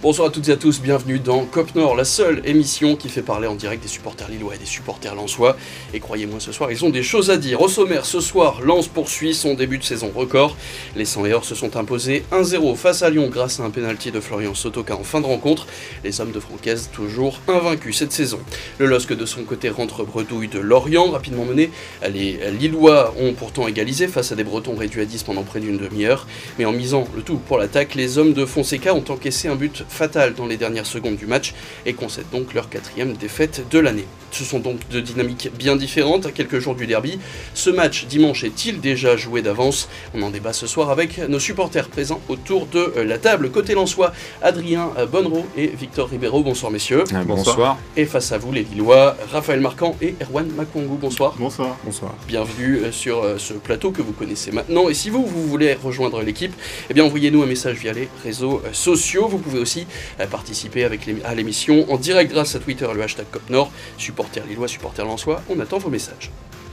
Bonsoir à toutes et à tous, bienvenue dans COP Nord, la seule émission qui fait parler en direct des supporters lillois et des supporters lensois. Et croyez-moi, ce soir, ils ont des choses à dire. Au sommaire, ce soir, Lens poursuit son début de saison record. Les 100 et or se sont imposés 1-0 face à Lyon grâce à un pénalty de Florian Sotoka en fin de rencontre. Les hommes de Francaise toujours invaincus cette saison. Le LOSC de son côté rentre bredouille de Lorient, rapidement mené. Les Lillois ont pourtant égalisé face à des Bretons réduits à 10 pendant près d'une demi-heure. Mais en misant le tout pour l'attaque, les hommes de Fonseca ont encaissé un but fatal dans les dernières secondes du match et concèdent donc leur 4e défaite de l'année. Ce sont donc deux dynamiques bien différentes à quelques jours du derby. Ce match dimanche est-il déjà joué d'avance? On en débat ce soir avec nos supporters présents autour de la table. Côté lensois, Adrien Bonnereau et Victor Ribeiro. Bonsoir messieurs. Bonsoir. Et face à vous les Lillois, Raphaël Marquand et Erwan Makwangou. Bonsoir. Bonsoir. Bienvenue sur ce plateau que vous connaissez maintenant. Et si vous voulez rejoindre l'équipe, eh bien envoyez-nous un message via les réseaux sociaux. Vous pouvez aussi participer à l'émission en direct grâce à Twitter et le hashtag COPNOR. Supporters lillois, supporters lensois, on attend vos messages.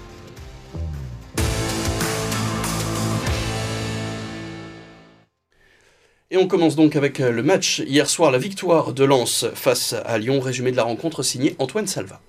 Et on commence donc avec le match. Hier soir, la victoire de Lens face à Lyon. Résumé de la rencontre signé Antoine Salva.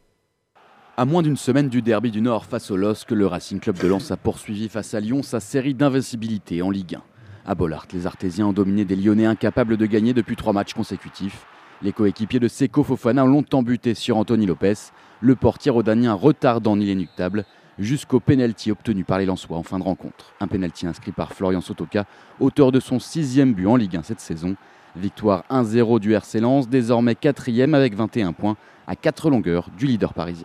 À moins d'une semaine du derby du Nord face au LOSC, le Racing Club de Lens a poursuivi face à Lyon sa série d'invincibilité en Ligue 1. À Bollaert, les Artésiens ont dominé des Lyonnais incapables de gagner depuis 3 matchs consécutifs. Les coéquipiers de Seko Fofana ont longtemps buté sur Anthony Lopez, le portier rhodanien retardant l'inéluctable, jusqu'au pénalty obtenu par les Lensois en fin de rencontre. Un pénalty inscrit par Florian Sotoka, auteur de son 6e but en Ligue 1 cette saison. Victoire 1-0 du RC Lens, désormais 4e avec 21 points, à 4 longueurs du leader parisien.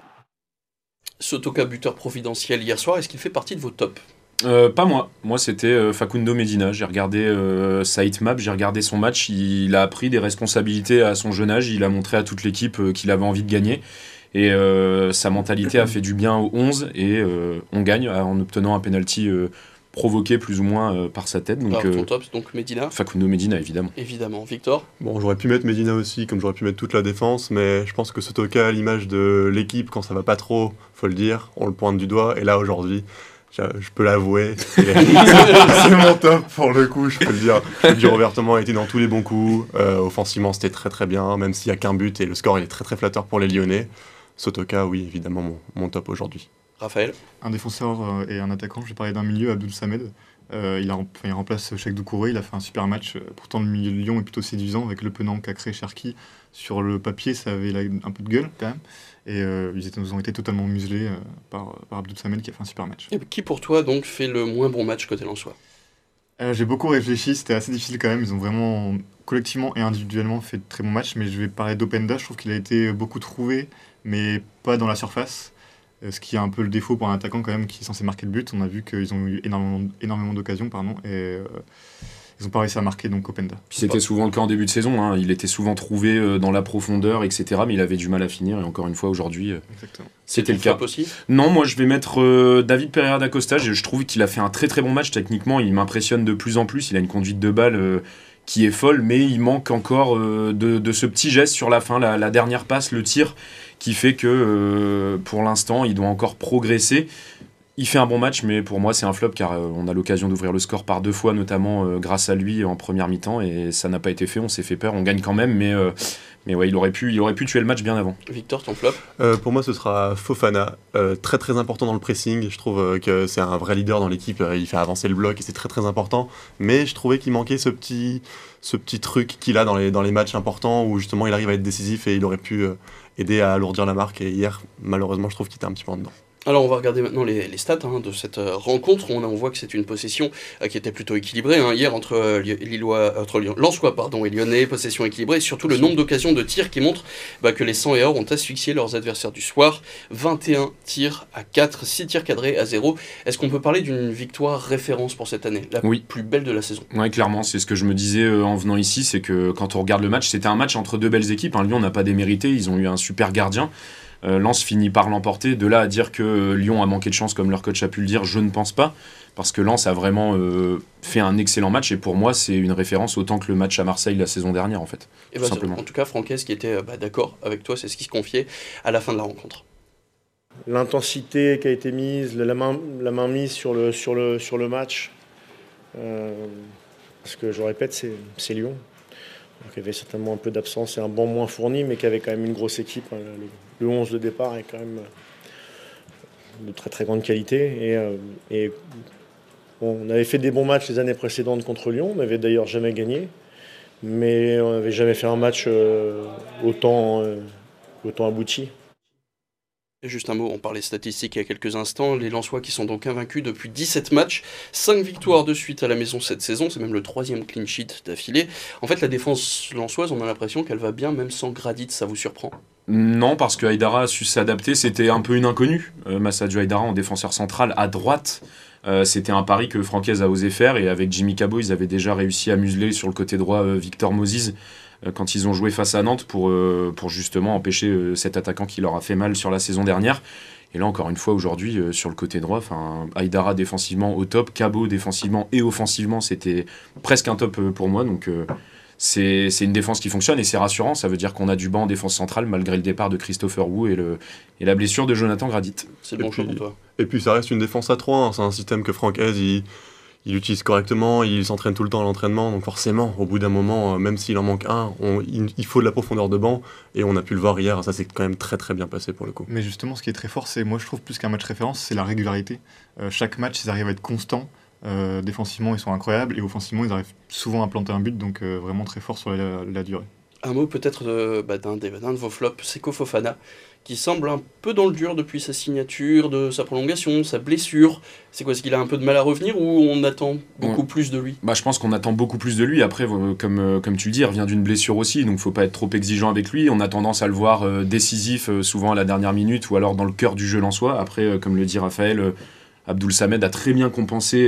Sotoka buteur providentiel hier soir, est-ce qu'il fait partie de vos tops ? Pas moi. Moi, c'était Facundo Medina. J'ai regardé sa hitmap, j'ai regardé son match. Il a pris des responsabilités à son jeune âge. Il a montré à toute l'équipe qu'il avait envie de gagner. Et sa mentalité a fait du bien aux 11. Et on gagne en obtenant un penalty provoqué plus ou moins par sa tête. Donc, ton top, donc Medina. Facundo Medina, évidemment. Évidemment. Victor ? Bon, j'aurais pu mettre Medina aussi, comme j'aurais pu mettre toute la défense, mais je pense que Sotoka, à l'image de l'équipe, quand ça va pas trop, faut le dire, on le pointe du doigt. Et là, aujourd'hui, je peux l'avouer, c'est mon top pour le coup, je peux le dire ouvertement, il était dans tous les bons coups, offensivement c'était très très bien, même s'il n'y a qu'un but et le score il est très très flatteur pour les Lyonnais. Sotoka, oui, évidemment mon top aujourd'hui. Raphaël ? Un défenseur et un attaquant, je vais parler d'un milieu, Abdoul Samed. Il remplace Cheikh Doucouré, il a fait un super match. Pourtant, le milieu de Lyon est plutôt séduisant avec Le Penant, Cacré, Cherki. Sur le papier, ça avait un peu de gueule quand même. Et ils ont été totalement muselés par Abdoul Samed qui a fait un super match. Et qui pour toi donc fait le moins bon match côté lensois ? J'ai beaucoup réfléchi, c'était assez difficile quand même. Ils ont vraiment collectivement et individuellement fait de très bons matchs. Mais je vais parler d'Openda, je trouve qu'il a été beaucoup trouvé, mais pas dans la surface. Ce qui est un peu le défaut pour un attaquant quand même qui est censé marquer le but. On a vu qu'ils ont eu énormément d'occasions, et ils n'ont pas réussi à marquer, donc Openda. Puis c'était souvent le cas en début de saison, hein. Il était souvent trouvé dans la profondeur, etc. Mais il avait du mal à finir, et encore une fois aujourd'hui, c'était le cas. Aussi. Non, moi je vais mettre David Pereira da Costa. Je trouve qu'il a fait un très très bon match techniquement. Il m'impressionne de plus en plus. Il a une conduite de balle qui est folle, mais il manque encore de ce petit geste sur la fin, la dernière passe, le tir, qui fait que pour l'instant il doit encore progresser. Il fait un bon match, mais pour moi c'est un flop car on a l'occasion d'ouvrir le score par 2 fois, notamment grâce à lui en première mi-temps, et ça n'a pas été fait. On s'est fait peur, on gagne quand même, mais ouais, il aurait pu tuer le match bien avant. Victor, ton flop ? Pour moi ce sera Fofana, très très important dans le pressing. Je trouve que c'est un vrai leader dans l'équipe, il fait avancer le bloc et c'est très très important, mais je trouvais qu'il manquait ce petit truc qu'il a dans les matchs importants où justement il arrive à être décisif et il aurait pu aider à alourdir la marque, et hier malheureusement je trouve qu'il était un petit peu en dedans. Alors on va regarder maintenant les stats de cette rencontre. On voit que c'est une possession qui était plutôt équilibrée hier entre Lensois et Lyonnais, possession équilibrée, et surtout le nombre d'occasions de tirs qui montrent que les 100 et or ont asphyxié leurs adversaires du soir. 21 tirs à 4, 6 tirs cadrés à 0. Est-ce qu'on peut parler d'une victoire référence pour cette année, la plus belle de la saison ? Oui, clairement, c'est ce que je me disais en venant ici, c'est que quand on regarde le match, c'était un match entre 2 belles équipes. Lyon n'a pas démérité, ils ont eu un super gardien. Lens finit par l'emporter. De là à dire que Lyon a manqué de chance, comme leur coach a pu le dire, je ne pense pas. Parce que Lens a vraiment fait un excellent match. Et pour moi, c'est une référence autant que le match à Marseille la saison dernière, en fait. Et en tout cas, Francaise qui était d'accord avec toi, c'est ce qui se confiait à la fin de la rencontre. L'intensité qui a été mise, la main mise sur le match. Parce que, je répète, c'est Lyon. Donc il y avait certainement un peu d'absence et un banc moins fourni, mais qui avait quand même une grosse équipe. Hein. Le 11 de départ est quand même de très très grande qualité. Et bon, on avait fait des bons matchs les années précédentes contre Lyon, on n'avait d'ailleurs jamais gagné, mais on n'avait jamais fait un match autant abouti. Et juste un mot, on parlait statistiques il y a quelques instants, les Lensois qui sont donc invaincus depuis 17 matchs, 5 victoires de suite à la maison cette saison, c'est même le 3e clean sheet d'affilée. En fait, la défense lensoise, on a l'impression qu'elle va bien, même sans Gradit, ça vous surprend? Non, parce que Haïdara a su s'adapter, c'était un peu une inconnue. Massadio Haïdara en défenseur central à droite, c'était un pari que Francaise a osé faire, et avec Jimmy Cabot, ils avaient déjà réussi à museler sur le côté droit Victor Moses quand ils ont joué face à Nantes pour justement empêcher cet attaquant qui leur a fait mal sur la saison dernière. Et là, encore une fois, aujourd'hui, sur le côté droit, Haïdara défensivement au top, Cabot défensivement et offensivement, c'était presque un top pour moi. Donc c'est une défense qui fonctionne et c'est rassurant. Ça veut dire qu'on a du banc en défense centrale malgré le départ de Christopher Wu et la blessure de Jonathan Gradit. C'est le bon choix pour toi. Et puis ça reste une défense à 3, hein. C'est un système que Francaise il utilise correctement, il s'entraîne tout le temps à l'entraînement, donc forcément, au bout d'un moment, même s'il en manque un, il faut de la profondeur de banc, et on a pu le voir hier, ça s'est quand même très très bien passé pour le coup. Mais justement, ce qui est très fort, c'est, moi je trouve, plus qu'un match référence, c'est la régularité. Chaque match, ils arrivent à être constants, défensivement ils sont incroyables, et offensivement ils arrivent souvent à planter un but, donc vraiment très fort sur la durée. Un mot peut-être d'un de vos flops, Seko Fofana, qui semble un peu dans le dur depuis sa signature, de sa prolongation, sa blessure. C'est quoi, est-ce qu'il a un peu de mal à revenir ou on attend beaucoup plus de lui? Je pense qu'on attend beaucoup plus de lui. Après, comme tu le dis, il revient d'une blessure aussi, donc il ne faut pas être trop exigeant avec lui. On a tendance à le voir décisif, souvent à la dernière minute, ou alors dans le cœur du jeu lensois. Après, comme le dit Raphaël, Abdoul Samed a très bien compensé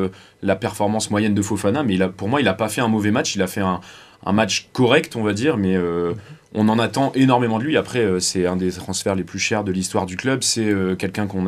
la performance moyenne de Fofana, mais pour moi, il n'a pas fait un mauvais match. Il a fait un match correct, on va dire, mais on en attend énormément de lui. Après, c'est un des transferts les plus chers de l'histoire du club. C'est quelqu'un qu'on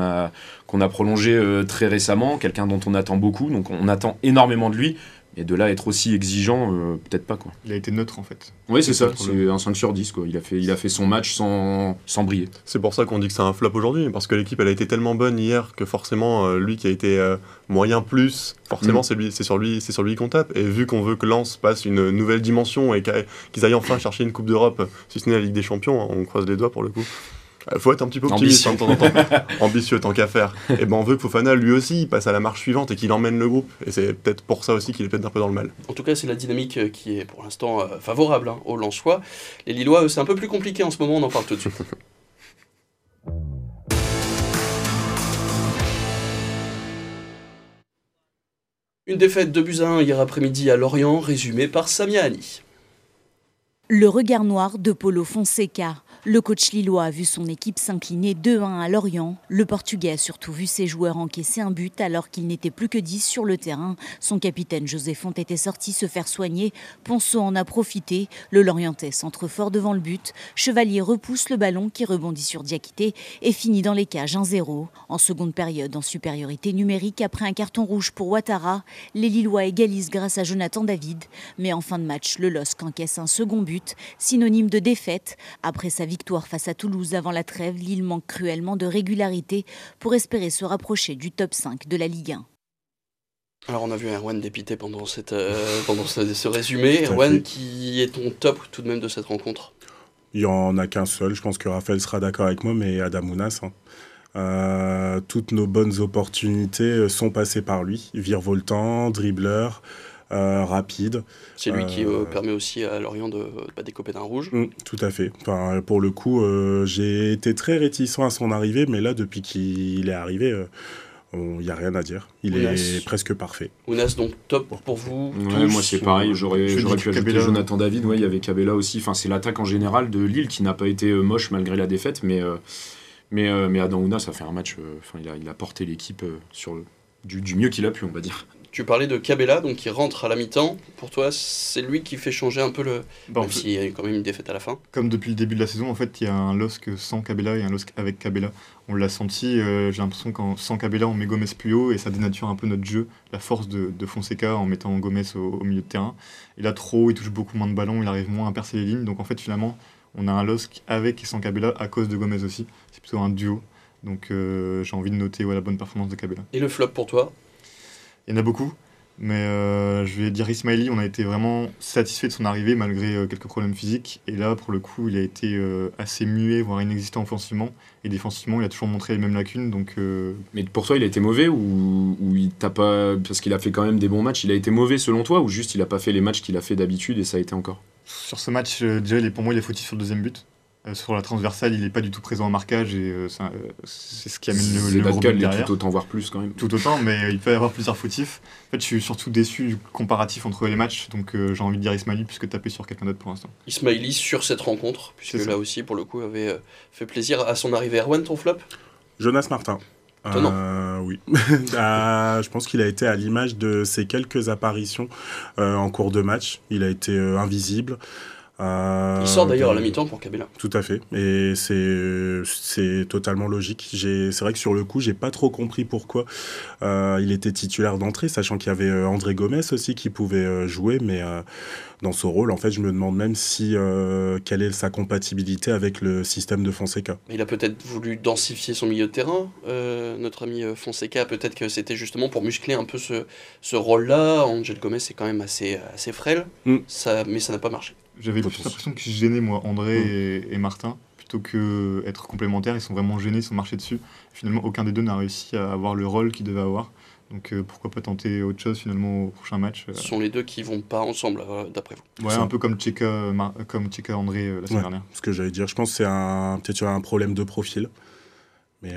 a prolongé très récemment, quelqu'un dont on attend beaucoup. Donc on attend énormément de lui. Et de là être aussi exigeant, peut-être pas, quoi. Il a été neutre en fait. Oui, c'est ça, c'est un 5 sur 10, quoi. Il a fait son match sans briller. C'est pour ça qu'on dit que c'est un flop aujourd'hui, parce que l'équipe elle a été tellement bonne hier que forcément lui qui a été moyen plus, forcément c'est sur lui qu'on tape. Et vu qu'on veut que Lens passe une nouvelle dimension et qu'ils aillent enfin chercher une Coupe d'Europe, si ce n'est la Ligue des Champions, on croise les doigts pour le coup. Faut être un petit peu optimiste de temps en temps, ambitieux tant qu'à faire. Et on veut que Fofana lui aussi passe à la marche suivante et qu'il emmène le groupe. Et c'est peut-être pour ça aussi qu'il est peut-être un peu dans le mal. En tout cas, c'est la dynamique qui est pour l'instant favorable aux Lensois. Les Lillois, c'est un peu plus compliqué en ce moment, on en parle tout de suite. Une défaite de buts à 1 hier après-midi à Lorient, résumée par Samia Hani. Le regard noir de Paulo Fonseca. Le coach lillois a vu son équipe s'incliner 2-1 à Lorient. Le Portugais a surtout vu ses joueurs encaisser un but alors qu'il n'était plus que 10 sur le terrain. Son capitaine José Font était sorti se faire soigner. Ponceau en a profité. Le Lorientais centre fort devant le but. Chevalier repousse le ballon qui rebondit sur Diakité et finit dans les cages 1-0. En seconde période, en supériorité numérique après un carton rouge pour Ouattara, les Lillois égalisent grâce à Jonathan David. Mais en fin de match, le LOSC encaisse un second but, synonyme de défaite. Après sa victoire face à Toulouse avant la trêve, Lille manque cruellement de régularité pour espérer se rapprocher du top 5 de la Ligue 1. Alors on a vu Erwan dépité pendant ce résumé. Erwan, qui est ton top tout de même de cette rencontre? Il n'y en a qu'un seul, je pense que Raphaël sera d'accord avec moi, mais Adam Ounas. Toutes nos bonnes opportunités sont passées par lui. Virevoltant, dribbleur, rapide. C'est lui qui permet aussi à Lorient de décoper d'un rouge. Tout à fait. Enfin, pour le coup, j'ai été très réticent à son arrivée, mais là, depuis qu'il est arrivé, il n'y a rien à dire. Il est presque parfait. Ounas, donc top pour vous? Ouais, moi c'est pareil, j'aurais pu ajouter Jonathan David. Ouais, il y avait Cabella aussi. Enfin, c'est l'attaque en général de Lille qui n'a pas été moche malgré la défaite, mais Adam Ounas, ça fait un match. Il a porté l'équipe du mieux qu'il a pu, on va dire. Tu parlais de Cabella, donc qui rentre à la mi-temps. Pour toi, c'est lui qui fait changer un peu même s'il y a quand même une défaite à la fin. Comme depuis le début de la saison, en fait, il y a un LOSC sans Cabella et un LOSC avec Cabella. On l'a senti, j'ai l'impression qu'en sans Cabella, on met Gomez plus haut et ça dénature un peu notre jeu, la force de Fonseca en mettant Gomez au milieu de terrain. Et là, il touche beaucoup moins de ballons, il arrive moins à percer les lignes. Donc en fait, finalement, on a un LOSC avec et sans Cabella à cause de Gomez aussi. C'est plutôt un duo. Donc j'ai envie de noter la bonne performance de Cabella. Et le flop pour toi? Il y en a beaucoup, Mais je vais dire Ismaili, on a été vraiment satisfait de son arrivée malgré quelques problèmes physiques. Et là, pour le coup, il a été assez muet, voire inexistant offensivement. Et défensivement, il a toujours montré les mêmes lacunes. Donc, Mais pour toi, il a été mauvais ou il t'a pas... Parce qu'il a fait quand même des bons matchs. Il a été mauvais selon toi ou juste il a pas fait les matchs qu'il a fait d'habitude et ça a été encore? Sur ce match, déjà, pour moi, il est fautif sur le deuxième but. Sur la transversale, il n'est pas du tout présent en marquage et c'est ce qui amène le gros but derrière. Tout autant, voire plus quand même. Tout autant, mais il peut y avoir plusieurs fautifs. En fait, je suis surtout déçu du comparatif entre les matchs, donc j'ai envie de dire Ismaili plus que taper sur quelqu'un d'autre pour l'instant. Ismaili sur cette rencontre, puisque là aussi, pour le coup, avait fait plaisir à son arrivée. Erwan, ton flop? Jonas Martin. Oui. Je pense qu'il a été à l'image de ses quelques apparitions en cours de match. Il a été invisible. Il sort d'ailleurs à la mi-temps pour Cabella. Tout à fait, et c'est totalement logique. C'est vrai que sur le coup, j'ai pas trop compris pourquoi il était titulaire d'entrée, sachant qu'il y avait André Gomes aussi qui pouvait jouer, mais dans ce rôle, en fait, je me demande même si quelle est sa compatibilité avec le système de Fonseca. Il a peut-être voulu densifier son milieu de terrain, notre ami Fonseca. Peut-être que c'était justement pour muscler un peu ce rôle-là. Angel Gomes est quand même assez frêle, mais ça n'a pas marché. J'avais plus l'impression qu'ils se gênaient, moi, André et Martin, plutôt qu'être complémentaires. Ils sont vraiment gênés, ils sont marchés dessus. Finalement, aucun des deux n'a réussi à avoir le rôle qu'il devait avoir. Donc pourquoi pas tenter autre chose finalement au prochain match. Ce sont les deux qui vont pas ensemble, d'après vous. Ouais, un peu comme Tcheka André la semaine dernière. Ce que j'allais dire, je pense que c'est peut-être un problème de profil. Mais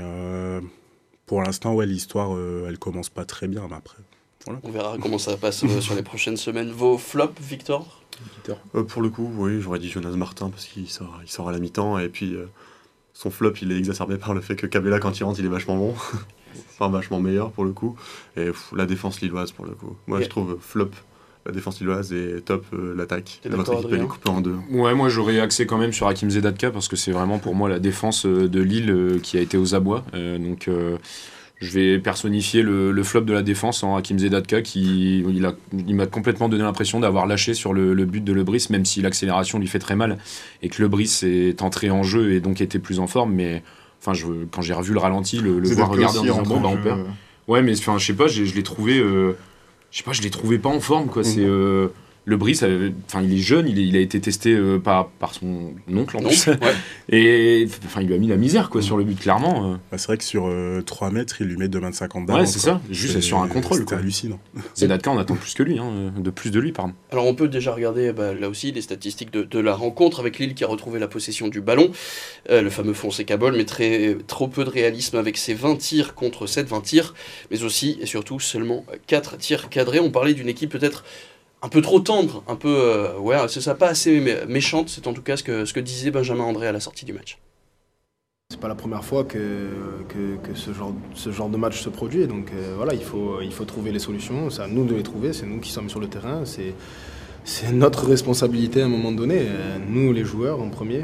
pour l'instant, ouais, l'histoire, elle commence pas très bien. Mais après, voilà. On verra comment ça passe sur les prochaines semaines. Vos flops, Victor? Pour le coup, oui, j'aurais dit Jonas Martin parce qu'il sort à la mi-temps et puis son flop, il est exacerbé par le fait que Cabella, quand il rentre, il est vachement bon. Enfin, vachement meilleur pour le coup. Et la défense lilloise pour le coup. Moi, je trouve flop la défense lilloise et top l'attaque. Notre équipe, elle est coupée en deux. Ouais, moi j'aurais axé quand même sur Hakim Zedatka parce que c'est vraiment pour moi la défense de Lille qui a été aux abois. Donc je vais personnifier le flop de la défense en Hakim Zedatka il m'a complètement donné l'impression d'avoir lâché sur le but de Lebris, même si l'accélération lui fait très mal et que Lebris est entré en jeu et donc était plus en forme. Mais enfin, quand j'ai revu le ralenti, le voir regarder en disant bon, bah on perd. Ouais, mais enfin, je sais pas, je l'ai trouvé. Je l'ai trouvé pas en forme, quoi. C'est le Brice, il est jeune, il a été testé par son oncle en plus. Ouais. Et il lui a mis la misère, quoi, sur le but, clairement. C'est vrai que sur 3 mètres, il lui met 2,50 d'avance. Ouais, c'est ça, juste sur un contrôle. C'est hallucinant. Zedatka, on attend plus que lui, de lui, pardon. Alors on peut déjà regarder là aussi les statistiques de la rencontre avec Lille qui a retrouvé la possession du ballon, le fameux Fonseca Ball, mais trop peu de réalisme avec ses 20 tirs contre 20 tirs, mais aussi et surtout seulement 4 tirs cadrés. On parlait d'une équipe peut-être un peu trop tendre, un peu, c'est ça, pas assez méchante, c'est en tout cas ce que disait Benjamin André à la sortie du match. C'est pas la première fois que ce genre de match se produit, donc il faut trouver les solutions, c'est à nous de les trouver, c'est nous qui sommes sur le terrain, c'est notre responsabilité à un moment donné, nous les joueurs en premier,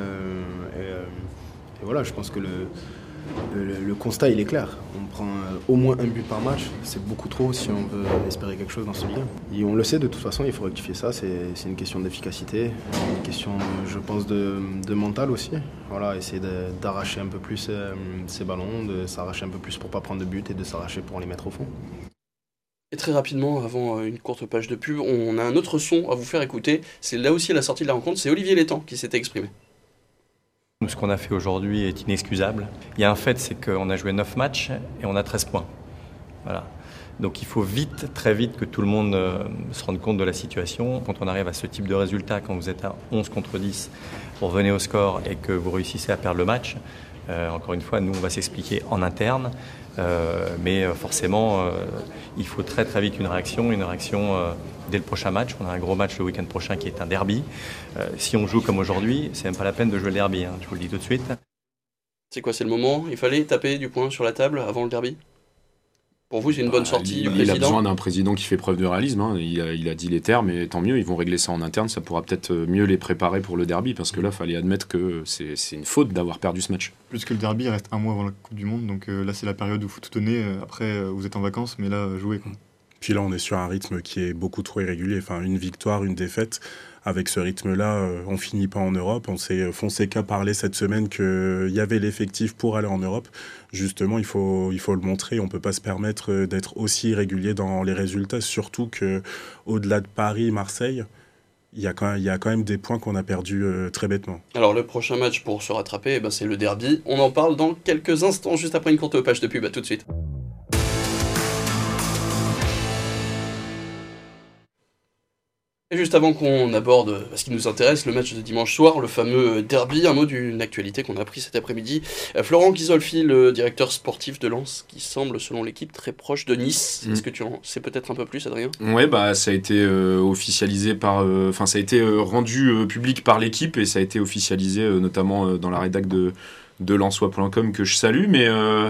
et voilà, je pense que le constat il est clair. On prend au moins un but par match, c'est beaucoup trop si on veut espérer quelque chose dans ce Ligue 1. Et on le sait de toute façon, il faut rectifier ça, c'est une question d'efficacité, une question je pense de mental aussi. Voilà, essayer d'arracher un peu plus ces ballons, de s'arracher un peu plus pour pas prendre de but et de s'arracher pour les mettre au fond. Et très rapidement, avant une courte page de pub, on a un autre son à vous faire écouter. C'est là aussi à la sortie de la rencontre, c'est Olivier Létang qui s'était exprimé. Ce qu'on a fait aujourd'hui est inexcusable. Il y a un fait, c'est qu'on a joué 9 matchs et on a 13 points. Voilà. Donc il faut très vite que tout le monde se rende compte de la situation. Quand on arrive à ce type de résultat, quand vous êtes à 11 contre 10, vous revenez au score et que vous réussissez à perdre le match, encore une fois, nous on va s'expliquer en interne. Mais forcément, il faut très très vite une réaction dès le prochain match. On a un gros match le week-end prochain qui est un derby. Si on joue comme aujourd'hui, c'est même pas la peine de jouer le derby, je vous le dis tout de suite. C'est quoi, c'est le moment? Il fallait taper du poing sur la table avant le derby? Pour vous, c'est une bonne sortie du président? Il a besoin d'un président qui fait preuve de réalisme. Il a dit les termes, et tant mieux, ils vont régler ça en interne. Ça pourra peut-être mieux les préparer pour le derby, parce que là, il fallait admettre que c'est une faute d'avoir perdu ce match. Plus que le derby, il reste un mois avant la Coupe du Monde, donc là, c'est la période où il faut tout donner. Après, vous êtes en vacances, mais là, jouez, quoi. Puis là, on est sur un rythme qui est beaucoup trop irrégulier. Enfin, une victoire, une défaite. Avec ce rythme-là, on finit pas en Europe. On s'est Fonseca parlait cette semaine qu'il y avait l'effectif pour aller en Europe. Justement, il faut le montrer. On peut pas se permettre d'être aussi irrégulier dans les résultats, surtout qu'au-delà de Paris, Marseille, il y a quand même des points qu'on a perdus très bêtement. Alors le prochain match pour se rattraper, c'est le derby. On en parle dans quelques instants, juste après une courte page de pub. À tout de suite. Et juste avant qu'on aborde ce qui nous intéresse, le match de dimanche soir, le fameux derby, un mot d'une actualité qu'on a appris cet après-midi. Florent Ghisolfi, le directeur sportif de Lens, qui semble, selon l'équipe, très proche de Nice. Est-ce que tu en sais peut-être un peu plus, Adrien ? Ouais, ça a été officialisé ça a été rendu public par l'équipe et ça a été officialisé notamment dans la rédac de lensois.com que je salue, mais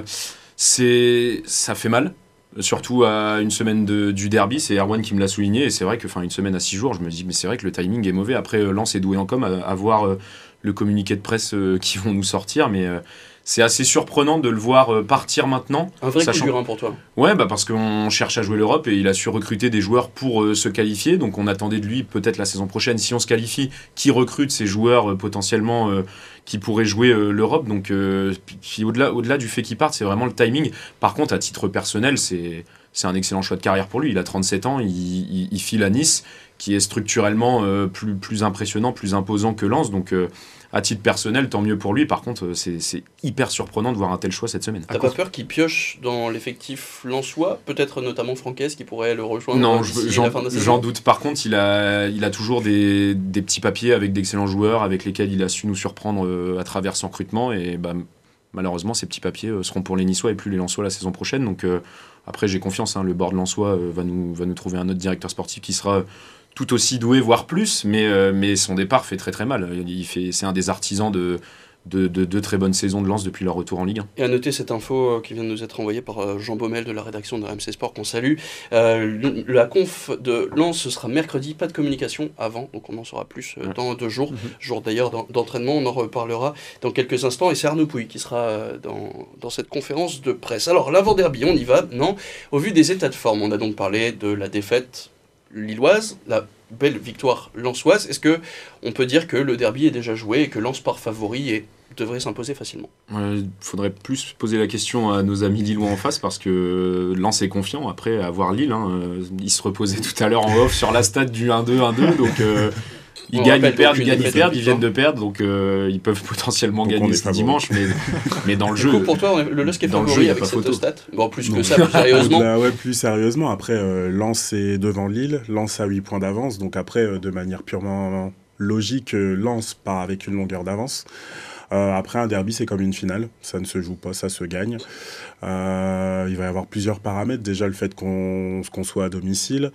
ça fait mal. Surtout à une semaine du derby, c'est Erwan qui me l'a souligné, et c'est vrai que une semaine à 6 jours, je me dis mais c'est vrai que le timing est mauvais. Après, Lens est doué en com à voir le communiqué de presse qui vont nous sortir, mais c'est assez surprenant de le voir partir maintenant. Un vrai coup dur pour toi. Ouais, parce qu'on cherche à jouer l'Europe et il a su recruter des joueurs pour se qualifier, donc on attendait de lui peut-être la saison prochaine, si on se qualifie, qui recrute ces joueurs potentiellement qui pourraient jouer l'Europe. Donc puis au-delà du fait qu'il parte, c'est vraiment le timing. Par contre, à titre personnel, c'est un excellent choix de carrière pour lui. Il a 37 ans, il file à Nice, qui est structurellement plus impressionnant, plus imposant que Lens, donc à titre personnel, tant mieux pour lui. Par contre, c'est hyper surprenant de voir un tel choix cette semaine. T'as pas peur qu'il pioche dans l'effectif lensois, peut-être notamment Francaise qui pourrait le rejoindre? Non, la fin de la saison. j'en doute. Par contre, il a toujours des petits papiers avec d'excellents joueurs avec lesquels il a su nous surprendre à travers son recrutement. Et malheureusement, ces petits papiers seront pour les Niçois et plus les Lensois la saison prochaine. Donc après, j'ai confiance. Le board lensois va nous trouver un autre directeur sportif qui sera tout aussi doué, voire plus, mais son départ fait très très mal. C'est un des artisans de très bonnes saisons de Lens depuis leur retour en Ligue 1. Et à noter cette info qui vient de nous être envoyée par Jean Baumel de la rédaction de RMC Sport, qu'on salue. La conf de Lens, ce sera mercredi, pas de communication avant, donc on en saura plus dans 2 jours. Jour d'ailleurs d'entraînement, on en reparlera dans quelques instants, et c'est Arnaud Pouille qui sera dans cette conférence de presse. Alors l'avant-derby, on y va, non ? Au vu des états de forme, on a donc parlé de la défaite lilloise, la belle victoire lensoise. Est-ce que on peut dire que le derby est déjà joué et que Lens part favori et devrait s'imposer facilement? Faudrait plus poser la question à nos amis lillois en face, parce que Lens est confiant après avoir Lille. Ils se reposaient tout à l'heure en off sur la stat du 1-2, donc ils gagnent, ils perdent, ils viennent de perdre, donc ils peuvent potentiellement gagner ce dimanche, mais dans le jeu. Du coup, pour toi, le LOSC est favori avec cette stat. Bon, plus que ça, plus sérieusement. Plus sérieusement. Après, Lens est devant Lille, Lens a 8 points d'avance, donc après, de manière purement logique, Lens part avec une longueur d'avance. Après, un derby, c'est comme une finale. Ça ne se joue pas, ça se gagne. Il va y avoir plusieurs paramètres. Déjà, le fait qu'on soit à domicile.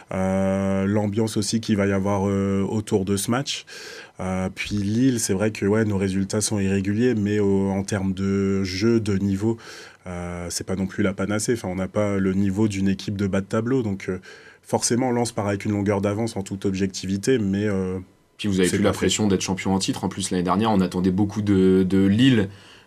L'ambiance aussi qu'il va y avoir autour de ce match. Puis Lille, c'est vrai que nos résultats sont irréguliers, mais en termes de jeu, de niveau, c'est pas non plus la panacée. On n'a pas le niveau d'une équipe de bas de tableau. Donc, forcément, Lens part avec une longueur d'avance en toute objectivité, mais... Puis vous avez plus la pression d'être champion en titre. En plus, l'année dernière, on attendait beaucoup de Lille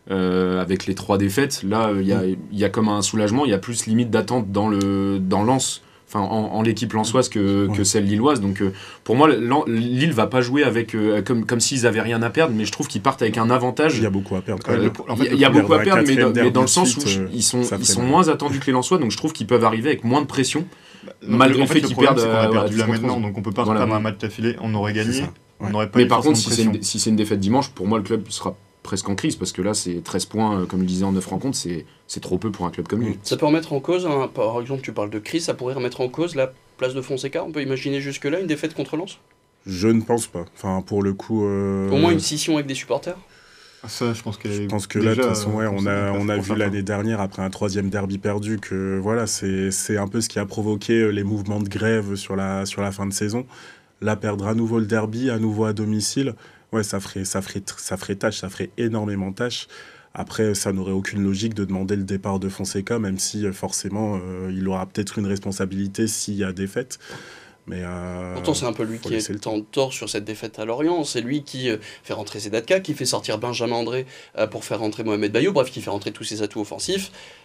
avec les 3 défaites. Là, il y a comme un soulagement. Il y a plus limite d'attente dans Lens, en l'équipe lensoise que celle lilloise. Donc pour moi, Lille va pas jouer avec comme s'ils avaient rien à perdre, mais je trouve qu'ils partent avec un avantage. Il y a beaucoup à perdre. Il y a beaucoup à perdre, mais dans le sens où ils sont moins attendus que les Lensois, donc je trouve qu'ils peuvent arriver avec moins de pression. Malgré le fait qu'ils perdent. On a perdu là maintenant, donc on peut pas perdre un match d'affilée. On aurait gagné. Mais par contre, si c'est une défaite dimanche, pour moi, le club sera presque en crise, parce que là, c'est 13 points, comme je le disais, en 9 rencontres, c'est trop peu pour un club comme lui. Ça peut remettre en cause, par exemple, tu parles de crise, ça pourrait remettre en cause la place de Fonseca. On peut imaginer jusque-là une défaite contre Lens? Je ne pense pas. Pour le coup... Au moins une scission avec des supporters? Ça, je pense que là, de toute façon, on a vu l'année dernière, après un 3e derby perdu, que c'est un peu ce qui a provoqué les mouvements de grève sur la fin de saison. Là, perdre à nouveau le derby, à nouveau à domicile, ça ferait tâche, ça ferait énormément tâche. Après, ça n'aurait aucune logique de demander le départ de Fonseca, même si forcément, il aura peut-être une responsabilité s'il y a défaite. Mais pourtant, c'est un peu lui qui est en tort sur cette défaite à Lorient. C'est lui qui fait rentrer Zedatka, qui fait sortir Benjamin André pour faire rentrer Mohamed Bayo, bref, qui fait rentrer tous ses atouts offensifs.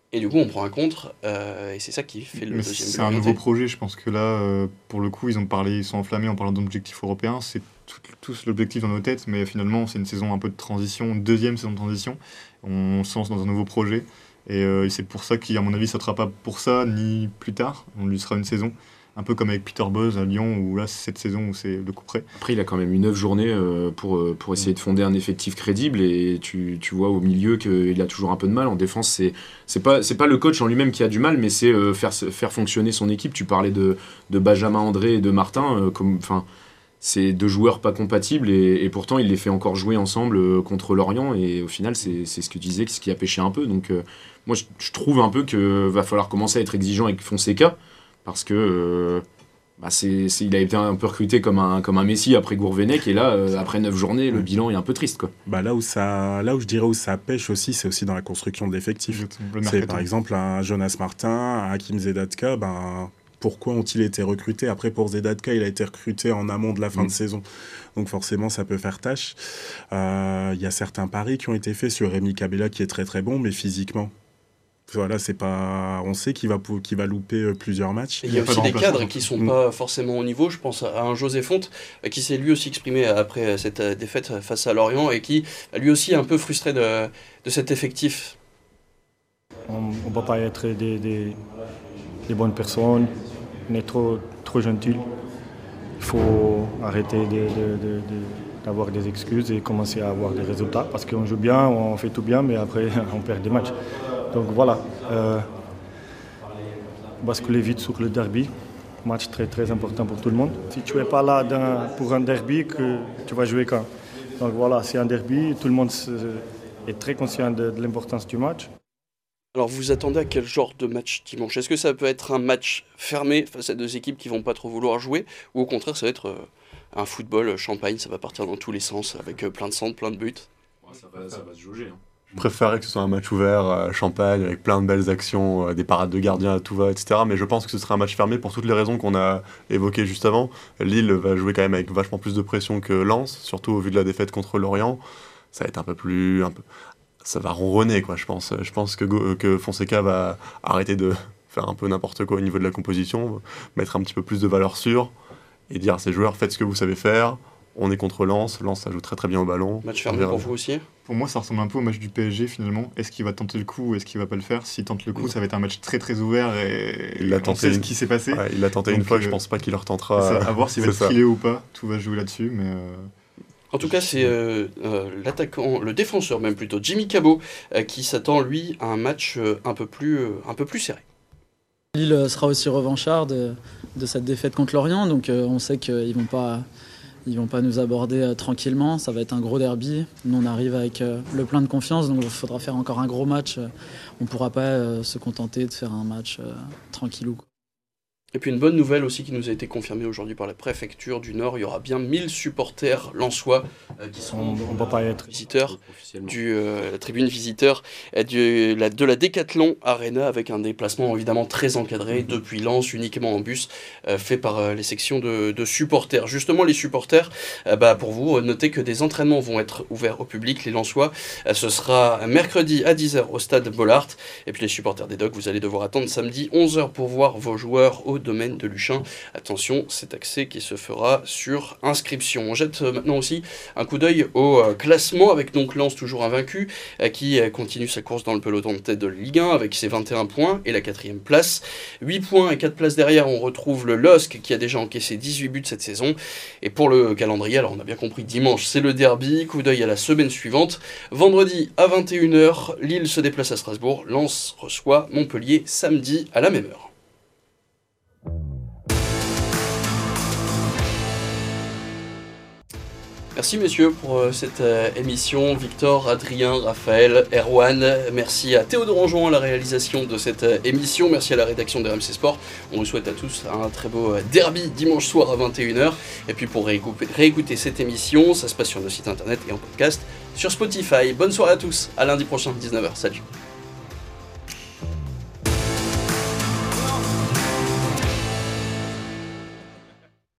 Et du coup, on prend un contre, et c'est ça qui fait le deuxième but. C'est un nouveau projet, je pense que là, pour le coup, ils sont enflammés en parlant d'objectifs européens. C'est tous l'objectif dans nos têtes, mais finalement, c'est une saison un peu de transition, deuxième saison de transition. On se lance dans un nouveau projet, et c'est pour ça qu'à mon avis, ça ne sera pas pour ça, ni plus tard. On lui sera une saison. Un peu comme avec Peter Bosz à Lyon, où là, c'est cette saison où c'est le coup près. Après, il a quand même eu 9 journées pour essayer de fonder un effectif crédible, et tu vois au milieu qu'il a toujours un peu de mal. En défense, c'est pas le coach en lui-même qui a du mal, mais c'est faire fonctionner son équipe. Tu parlais de Benjamin André et de Martin, c'est deux joueurs pas compatibles, et pourtant il les fait encore jouer ensemble contre Lorient, et au final c'est ce que tu disais, ce qui a pêché un peu. Donc moi je trouve un peu qu'il va falloir commencer à être exigeant avec Fonseca, parce que il a été un peu recruté comme un Messi après Gourvenec, et là après 9 journées le bilan est un peu triste, quoi. Là où je dirais où ça pêche aussi, c'est aussi dans la construction de l'effectif. C'est par exemple un Jonas Martin, un Hakim Zedatka, pourquoi ont-ils été recrutés? Après, pour Zedatka, il a été recruté en amont de la fin de saison. Donc forcément, ça peut faire tâche. Il y a certains paris qui ont été faits sur Rémi Cabella, qui est très très bon, mais physiquement, voilà, c'est pas. On sait qu'il va louper plusieurs matchs. Il y a aussi des cadres qui sont pas forcément au niveau. Je pense à un José Fonte qui s'est lui aussi exprimé après cette défaite face à Lorient, et qui lui aussi est un peu frustré de cet effectif. On ne va pas être des bonnes personnes, on est trop gentils. Il faut arrêter d'avoir des excuses et commencer à avoir des résultats, parce qu'on joue bien, on fait tout bien, mais après on perd des matchs. Donc voilà, basculer vite sur le derby, match très très important pour tout le monde. Si tu n'es pas là pour un derby, tu vas jouer quand? Donc voilà, c'est un derby, tout le monde est très conscient de l'importance du match. Alors vous attendez à quel genre de match dimanche? Est-ce que ça peut être un match fermé face à deux équipes qui vont pas trop vouloir jouer, ou au contraire ça va être un football champagne, ça va partir dans tous les sens avec plein de centres, plein de buts? Ça va se jauger. Je préférerais que ce soit un match ouvert, champagne, avec plein de belles actions, des parades de gardiens à tout va, etc. Mais je pense que ce sera un match fermé pour toutes les raisons qu'on a évoquées juste avant. Lille va jouer quand même avec vachement plus de pression que Lens, surtout au vu de la défaite contre Lorient. Ça va être ça va ronronner, quoi, je pense. Je pense que Fonseca va arrêter de faire un peu n'importe quoi au niveau de la composition, mettre un petit peu plus de valeur sûre et dire à ses joueurs, faites ce que vous savez faire. On est contre Lens, ça joue très très bien au ballon. Match fermé pour vous aussi? Pour moi, ça ressemble un peu au match du PSG finalement. Est-ce qu'il va tenter le coup ou est-ce qu'il va pas le faire? S'il tente le coup, ça va être un match très très ouvert, et on sait ce qui s'est passé. Ouais, il l'a tenté une fois, je pense pas qu'il le retentera. À voir s'il va être filé ou pas, tout va jouer là-dessus. Mais En tout cas, c'est l'attaquant, le défenseur même plutôt, Jimmy Cabot, qui s'attend lui à un match un peu plus serré. Lille sera aussi revanchard de cette défaite contre Lorient, donc on sait qu'ils vont pas nous aborder tranquillement. Ça va être un gros derby. Nous, on arrive avec le plein de confiance, donc il faudra faire encore un gros match. On ne pourra pas se contenter de faire un match tranquillou. Et puis une bonne nouvelle aussi qui nous a été confirmée aujourd'hui par la préfecture du Nord, il y aura bien 1000 supporters lensois qui seront visiteurs la tribune visiteur de la Décathlon Arena, avec un déplacement évidemment très encadré depuis Lens, uniquement en bus, fait par les sections de supporters. Justement, les supporters, pour vous, notez que des entraînements vont être ouverts au public, les Lensois. Ce sera mercredi à 10h au stade Bollaert. Et puis les supporters des Dogs, vous allez devoir attendre samedi 11h pour voir vos joueurs au domaine de Luchin. Attention, c'est accès qui se fera sur inscription. On jette maintenant aussi un coup d'œil au classement, avec donc Lens toujours invaincu, qui continue sa course dans le peloton de tête de Ligue 1 avec ses 21 points et la 4e place. 8 points et 4 places derrière, on retrouve le LOSC qui a déjà encaissé 18 buts cette saison. Et pour le calendrier, alors on a bien compris, dimanche c'est le derby, coup d'œil à la semaine suivante. Vendredi à 21h, Lille se déplace à Strasbourg, Lens reçoit Montpellier samedi à la même heure. Merci messieurs pour cette émission. Victor, Adrien, Raphaël, Erwan. Merci à Théodore Anjouan à la réalisation de cette émission. Merci à la rédaction de RMC Sport. On vous souhaite à tous un très beau derby dimanche soir à 21h. Et puis pour réécouter cette émission, ça se passe sur nos sites internet et en podcast sur Spotify. Bonne soirée à tous. À lundi prochain, 19h. Salut.